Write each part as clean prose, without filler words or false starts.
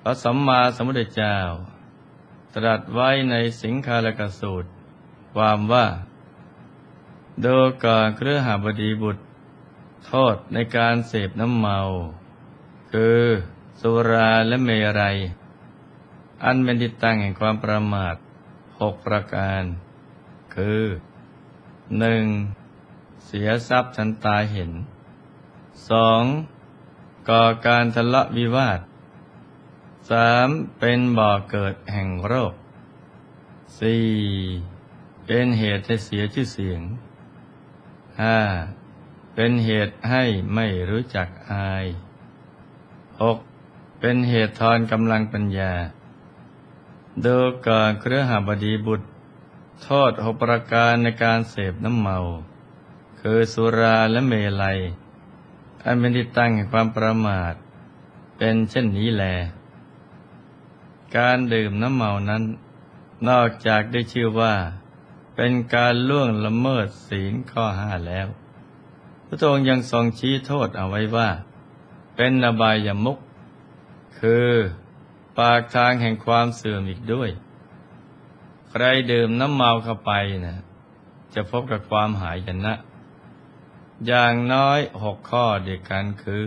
ระสัมมาสัมพุทธเจ้าตรัสไว้ในสิงคาลกสูตรความว่าดูก่อนคฤหบดีบุตรโทษในการเสพน้ำเมาคือสุราและเมรัยอันเป็นที่ตั้งแห่งความประมาท6ประการคือ 1. เสียทรัพย์ทันตาเห็น 2. ก่อการทะเลาะวิวาท 3. เป็นบ่อเกิดแห่งโรค 4. เป็นเหตุให้เสียชื่อเสียง 5. เป็นเหตุให้ไม่รู้จักอาย 6. เป็นเหตุทอนกำลังปัญญาดูก่อนคฤหบดีบุตรโทษ6ประการในการเสพน้ำเมาคือสุราและเมลัยอันเป็นที่ตั้งแห่งความประมาทเป็นเช่นนี้แลการดื่มน้ำเมานั้นนอกจากได้ชื่อว่าเป็นการล่วงละเมิดศีลข้อ5แล้วพระองค์ยังทรงชี้โทษเอาไว้ว่าเป็นอบายมุขคือปากทางแห่งความเสื่อมอีกด้วยใครดื่มน้ำเมาเข้าไปนะจะพบกับความหายนะอย่างน้อย6ข้อด้วยกันคือ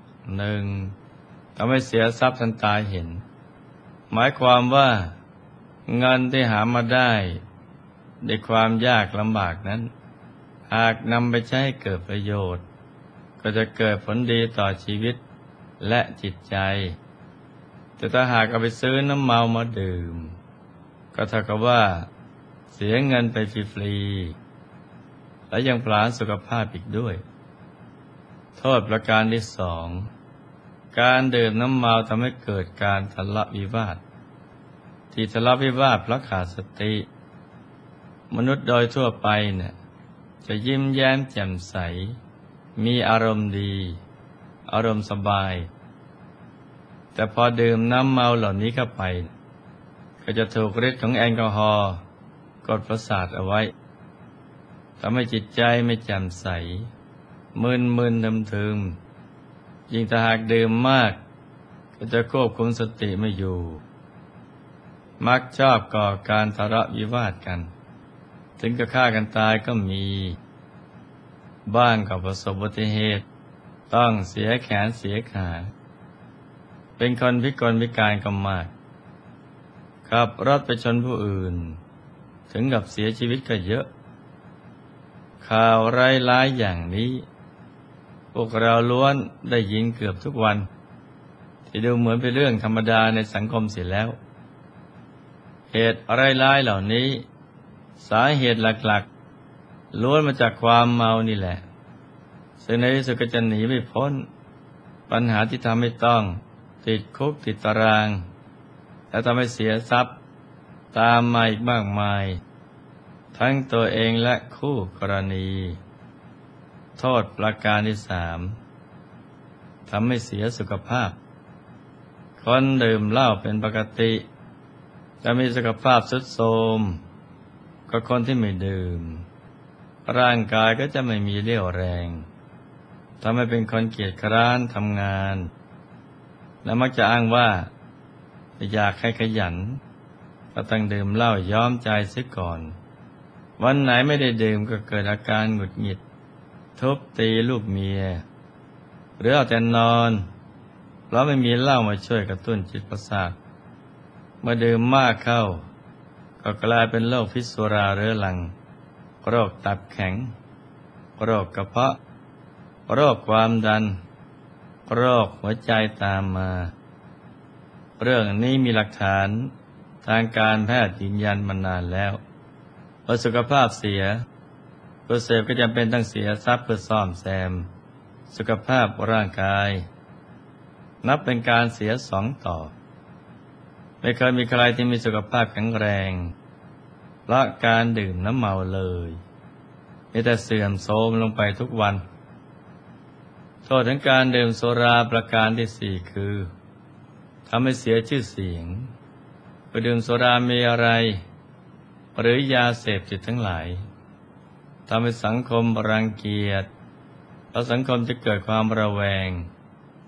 1. ทำให้เสียทรัพย์ทันตาเห็นหมายความว่าเงินที่หามาได้ด้วยความยากลำบากนั้นหากนำไปใช้ให้เกิดประโยชน์ก็จะเกิดผลดีต่อชีวิตและจิตใจแต่ถ้าหากเอาไปซื้อน้ำเมามาดื่มก็เท่ากับว่าเสียเงินไปฟรีๆและยังผลาญสุขภาพอีกด้วยโทษประการที่ 2การดื่มน้ำเมาทำให้เกิดการทะเลาะวิวาทที่ทะเลาะวิวาทเพราะขาดสติมนุษย์โดยทั่วไปเนี่ยจะยิ้มแย้มแจ่มใสมีอารมณ์ดีอารมณ์สบายแต่พอดื่มน้ำเมาเหล่านี้เข้าไปก็จะถูกฤทธิ์ของแอลกอฮอล์กดประสาทเอาไว้ทำให้จิตใจไม่แจ่มใสมึนๆทึมๆยิ่งถ้าหากดื่มมากก็จะควบคุมสติไม่อยู่มักชอบก่อการทะเลาะวิวาทกันถึงกับฆ่ากันตายก็มีบ้างก็ประสบอุบัติเหตุต้องเสียแขนเสียขาเป็นคนพิกลพิการก็มากขับรถไปชนผู้อื่นถึงกับเสียชีวิตก็เยอะข่าวร้ายๆอย่างนี้พวกเราล้วนได้ยินเกือบทุกวันที่ดูเหมือนเป็นเรื่องธรรมดาในสังคมเสียแล้วเหตุร้ายๆเหล่านี้สาเหตุหลักๆล้วนมาจากความเมานี่แหละซึ่งในที่สุดก็จะหนีไม่พ้นปัญหาที่ทำให้ต้องติดคุกติดตารางและทำให้เสียทรัพย์ตามมาอีกมากมายทั้งตัวเองและคู่กรณีโทษประการที่ 3ทำให้เสียสุขภาพคนดื่มเหล้าเป็นปกติจะมีสุขภาพทรุดโทรมก็คนที่ไม่ดื่มร่างกายก็จะไม่มีเรี่ยวแรงทำให้เป็นคนเกียจคร้านทำงานและมักจะอ้างว่าอยากให้ขยันก็ต้องดื่มเหล้าย้อมใจเสียก่อนวันไหนไม่ได้ดื่มก็เกิดอาการหงุดหงิดทุบตีลูกเมียหรือเอาแต่นอนเพราะไม่มีเหล้ามาช่วยกระตุ้นจิตประสาทเมื่อดื่มมากเข้าก็กลายเป็นโรคพิษสุราเรื้อรังโรคตับแข็งโรคกระเพาะโรคความดันโรคหัวใจตามมาเรื่องนี้มีหลักฐานทางการแพทย์ยืนยันมานานแล้วว่าสุขภาพเสียผู้เสพก็จำเป็นต้องเสียทรัพย์เพื่อซ่อมแซมสุขภาพร่างกายนับเป็นการเสีย2 ต่อไม่เคยมีใครที่มีสุขภาพแข็งแรงเพราะการดื่มน้ำเมาเลยมีแต่เสื่อมโทรมลงไปทุกวันโทษของการดื่มสุราประการที่ 4คือทำให้เสียชื่อเสียงผู้ดื่มสุรามีอะไรหรือยาเสพติดทั้งหลายทำให้สังคมรังเกียจเพราะสังคมจะเกิดความระแวง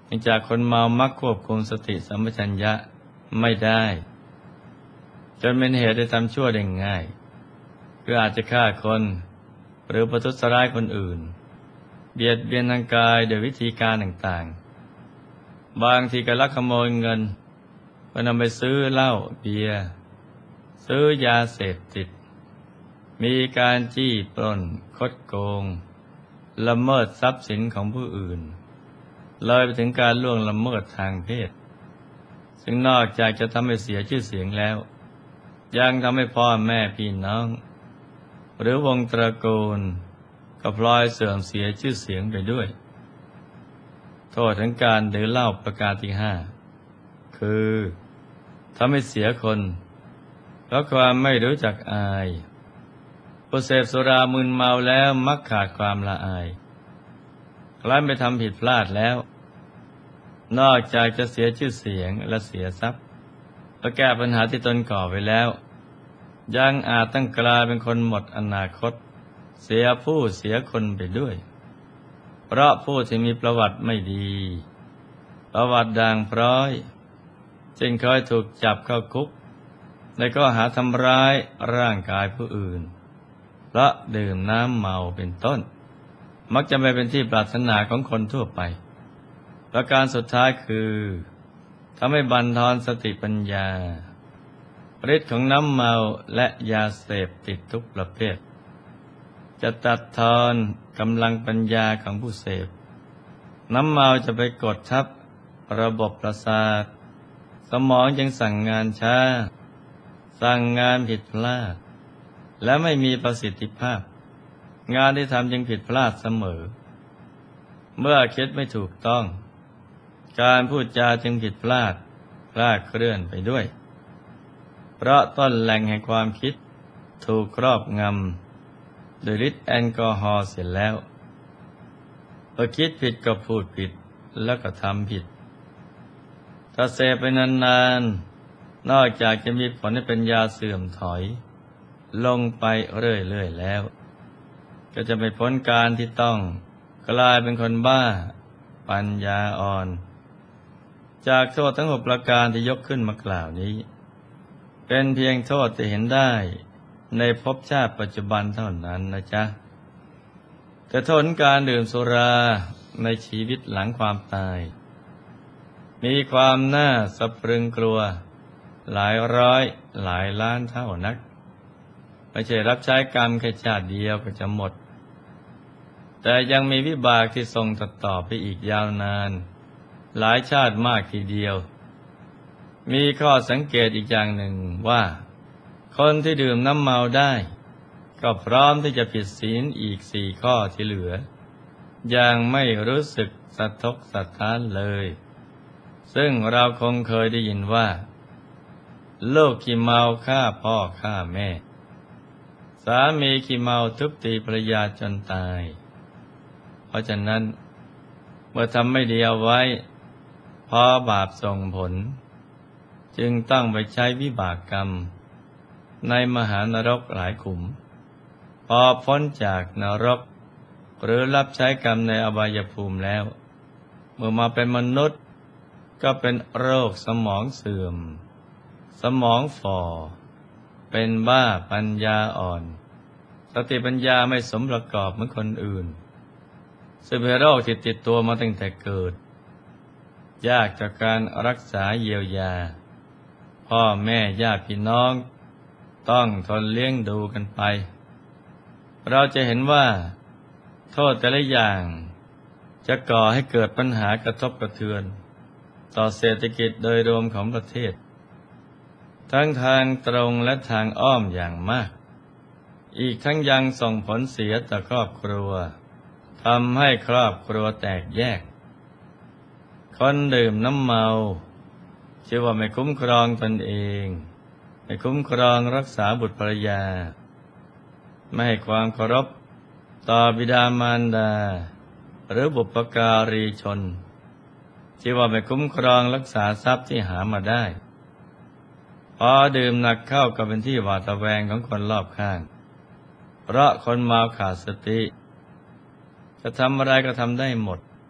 นื่องจากคนเมามักควบคุมสติสัมปชัญญะไม่ได้จนเป็นเหตุให้ทำชั่วได้ง่ายคืออาจจะฆ่าคนหรือประทุษร้ายคนอื่นเบียดเบียนทางกายโดยวิธีการต่างๆบางทีก็ลักขโมยเงินเพื่อนำไปซื้อเหล้าเบียร์ซื้อยาเสพติดมีการจี้ปล้นคดโกงละเมิดทรัพย์สินของผู้อื่นเลยไปถึงการล่วงละเมิดทางเพศซึ่งนอกจากจะทำให้เสียชื่อเสียงแล้วยังทำให้พ่อแม่พี่น้องหรือวงตระกูลก็พลอยเสื่อมเสียชื่อเสียงไปด้วยโทษของการดื่มเหล้าประการที่ห้าคือทำให้เสียคนเพราะความไม่รู้จักอายผู้เสพสุรามึนเมาแล้วมักขาดความละอายครั้นไปทำผิดพลาดแล้วนอกจากจะเสียชื่อเสียงและเสียทรัพย์และแก้ปัญหาที่ตนก่อไว้แล้วยังอาจต้องกลายเป็นคนหมดอนาคตเสียผู้เสียคนไปด้วยเพราะผู้ที่มีประวัติไม่ดีประวัติด่างพร้อยจึงเคยถูกจับเข้าคุกในข้อหาทำร้ายร่างกายผู้อื่นเพราะดื่มน้ำเมาเป็นต้นมักจะไม่เป็นที่ปรารถนาของคนทั่วไปประการสุดท้ายคือทำให้บั่นทอนสติปัญญาฤทธิ์ของน้ำเมาและยาเสพติดทุกประเภทจะตัดทอนกำลังปัญญาของผู้เสพน้ำเมาจะไปกดทับระบบประสาทสมองจึงสั่งงานช้าสั่งงานผิดพลาดและไม่มีประสิทธิภาพงานที่ทำจึงผิดพลาดเสมอเมื่อคิดไม่ถูกต้องการพูดจาจึงผิดพลาดคลาดเคลื่อนไปด้วยเพราะต้นแหล่งแห่งความคิดถูกครอบงำโดยฤทธิ์แอลกอฮอล์เสร็จแล้วพอคิดผิดก็พูดผิดแล้วก็ทำผิดถ้าเสพไปนานๆนอกจากจะมีผลให้เป็นยาเสื่อมถอยลงไปเรื่อยๆแล้วก็จะไม่พ้นการที่ต้องกลายเป็นคนบ้าปัญญาอ่อนจากโทษทั้งหกประการที่ยกขึ้นมากล่าวนี้เป็นเพียงโทษที่เห็นได้ในภพชาติปัจจุบันเท่านั้นนะจ๊ะแต่โทษการดื่มสุราในชีวิตหลังความตายมีความน่าสะพรึงกลัวหลายร้อยหลายล้านเท่านักไม่ใช่รับใช้กรรมแค่ชาติเดียวก็จะหมดแต่ยังมีวิบากที่ส่งต่อไปอีกยาวนานหลายชาติมากทีเดียวมีข้อสังเกตอีกอย่างหนึ่งว่าคนที่ดื่มน้ำเมาได้ก็พร้อมที่จะผิดศีลอีก4 ข้อที่เหลือยังไม่รู้สึกสะทกสะท้านเลยซึ่งเราคงเคยได้ยินว่าลูกขี้เมาฆ่าพ่อฆ่าแม่สามีขี้เมาทุบตีภรรยาจนตายเพราะฉะนั้นเมื่อทำไม่ดีเอาไว้พอบาปส่งผลจึงต้องไปใช้วิบากกรรมในมหานรกหลายขุมพอพ้นจากนรกหรือรับใช้กรรมในอบายภูมิแล้วเมื่อมาเป็นมนุษย์ก็เป็นโรคสมองเสื่อมสมองฝ่อเป็นบ้าปัญญาอ่อนสติปัญญาไม่สมประกอบเหมือนคนอื่นซึ่งเป็นโรคที่ติดตัวมาตั้งแต่เกิดยากจากการรักษาเยียวยาพ่อแม่ญาติพี่น้องต้องทนเลี้ยงดูกันไปเราจะเห็นว่าโทษแต่ละอย่างจะก่อให้เกิดปัญหากระทบกระเทือนต่อเศรษฐกิจโดยรวมของประเทศทั้งทางตรงและทางอ้อมอย่างมากอีกทั้งยังส่งผลเสียต่อครอบครัวทำให้ครอบครัวแตกแยกคนดื่มน้ำเมาชื่อว่าไม่คุ้มครองตนเองไม่คุ้มครองรักษาบุตรภรรยาไม่ให้ความเคารพต่อบิดามารดาหรือบุพการีชนชื่อว่าไม่คุ้มครองรักษาทรัพย์ที่หามาได้พอดื่มหนักเข้าก็เป็นที่หวาดระแวงของคนรอบข้างเพราะคนเมาขาดสติจะทำอะไรก็ทำได้หมด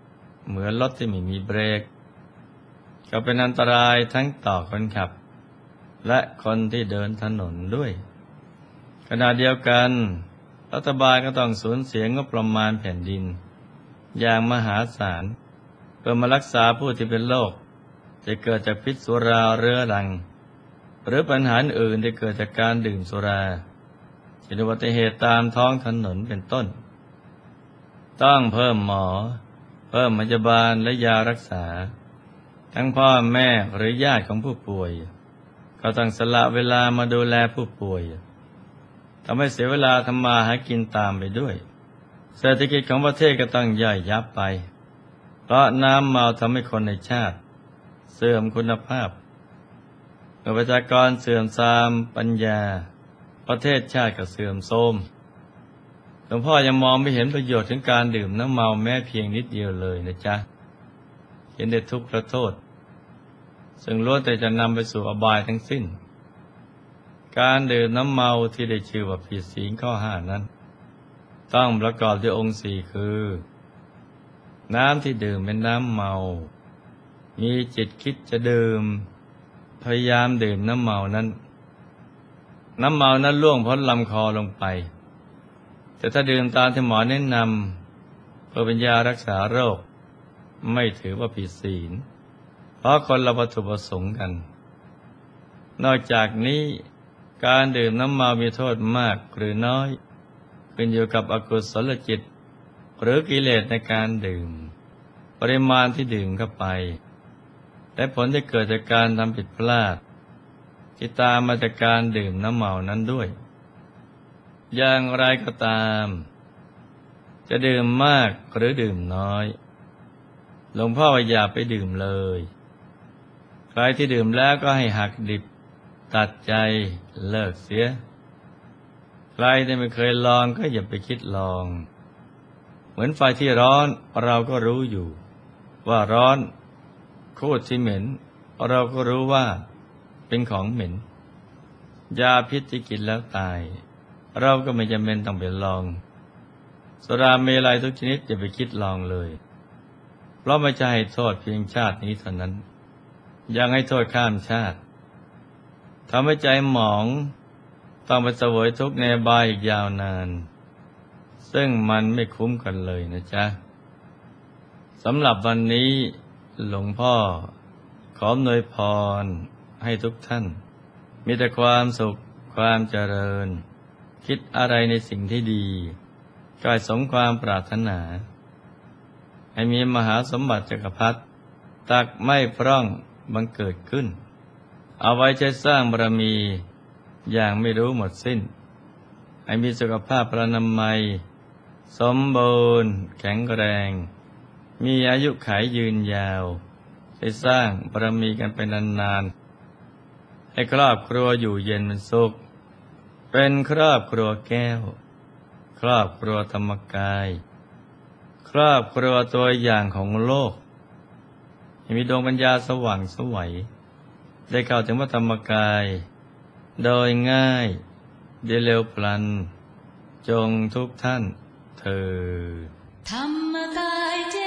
เหมือนรถที่ไม่มีเบรกก็เป็นอันตรายทั้งต่อคนขับและคนที่เดินถนนด้วยขณะเดียวกันรัฐบาลก็ต้องสูญเสียงบประมาณแผ่นดินอย่างมหาศาลเพื่อมารักษาผู้ที่เป็นโรคที่เกิดจากพิษสุราเรื้อรังหรือปัญหาอื่นที่เกิดจากการดื่มสุราเช่นอุบัติเหตุตามท้องถนนเป็นต้นต้องเพิ่มหมอเพิ่มพยาบาลและยารักษาทั้งพ่อแม่หรือญาติของผู้ป่วยก็ต้องสละเวลามาดูแลผู้ป่วยทำให้เสียเวลาทำมาหากินตามไปด้วยเศรษฐกิจของประเทศก็ต้องย่อยยับไปเพราะน้ำเมาทำให้คนในชาติเสื่อมคุณภาพเมื่อประชากรเสื่อมทรามปัญญาประเทศชาติก็เสื่อมโทรมหลวงพ่อยังมองไม่เห็นประโยชน์ถึงการดื่มน้ำเมาแม้เพียงนิดเดียวเลยนะจ๊ะเห็นแต่ทุกข์และโทษซึ่งล้วนแต่จะนำไปสู่อบายทั้งสิ้นการดื่มน้ำเมาที่ได้ชื่อว่าผิดศีลข้อ5นั้นต้องประกอบด้วยองค์4คือน้ำที่ดื่มเป็นน้ำเมามีจิตคิดจะดื่มพยายามดื่มน้ำเมานั้นล่วงพ้นลำคอลงไปแต่ถ้าดื่มตามที่หมอแนะนำเพื่อเป็นยารักษาโรคไม่ถือว่าผิดศีลเพราะคนละวัตถุประสงค์กันนอกจากนี้การดื่มน้ำเมามีโทษมากหรือน้อยขึ้นอยู่กับอกุศลจิตหรือกิเลสในการดื่มปริมาณที่ดื่มเข้าไปและผลที่เกิดจากการทำผิดพลาดที่ตามมาจากการดื่มน้ำเมานั้นด้วยอย่างไรก็ตามจะดื่มมากหรือดื่มน้อยหลวงพ่อว่าอย่าไปดื่มเลยใครที่ดื่มแล้วก็ให้หักดิบตัดใจเลิกเสียใครที่ไม่เคยลองก็อย่าไปคิดลองเหมือนไฟที่ร้อนเราก็รู้อยู่ว่าร้อนโคตรที่เหม็นเราก็รู้ว่าเป็นของเหม็นยาพิษที่กินแล้วตายเราก็ไม่จำเป็นต้องไปลองสุราเมลัยทุกชนิดอย่าไปคิดลองเลยเพราะไม่ใช่ให้โทษเพียงชาตินี้เท่านั้นยังให้โทษข้ามชาติทำให้ใจหมองต้องไปเสวยทุกข์ในอบายอีกยาวนานซึ่งมันไม่คุ้มกันเลยนะจ๊ะสำหรับวันนี้หลวงพ่อขออำนวยพรให้ทุกท่านมีแต่ความสุขความเจริญคิดอะไรในสิ่งที่ดีก็ให้สมความปรารถนาให้มีมหาสมบัติจักรพรรดิตักไม่พร่องบังเกิดขึ้นเอาไว้ใช้สร้างบารมีอย่างไม่รู้หมดสิ้นให้มีสุขภาพพรรณนามัยสมบูรณ์แข็งแรงมีอายุขัยยืนยาวให้สร้างบารมีกันไปนานๆให้ครอบครัวอยู่เย็นเป็นสุขเป็นครอบครัวแก้วครอบครัวธรรมกายครอบครัวตัวอย่างของโลกให้มีดวงปัญญาสว่างไสวได้เข้าถึงพระธรรมกายโดยง่ายได้เร็วพลันจงทุกท่านเถิดธรรมกาย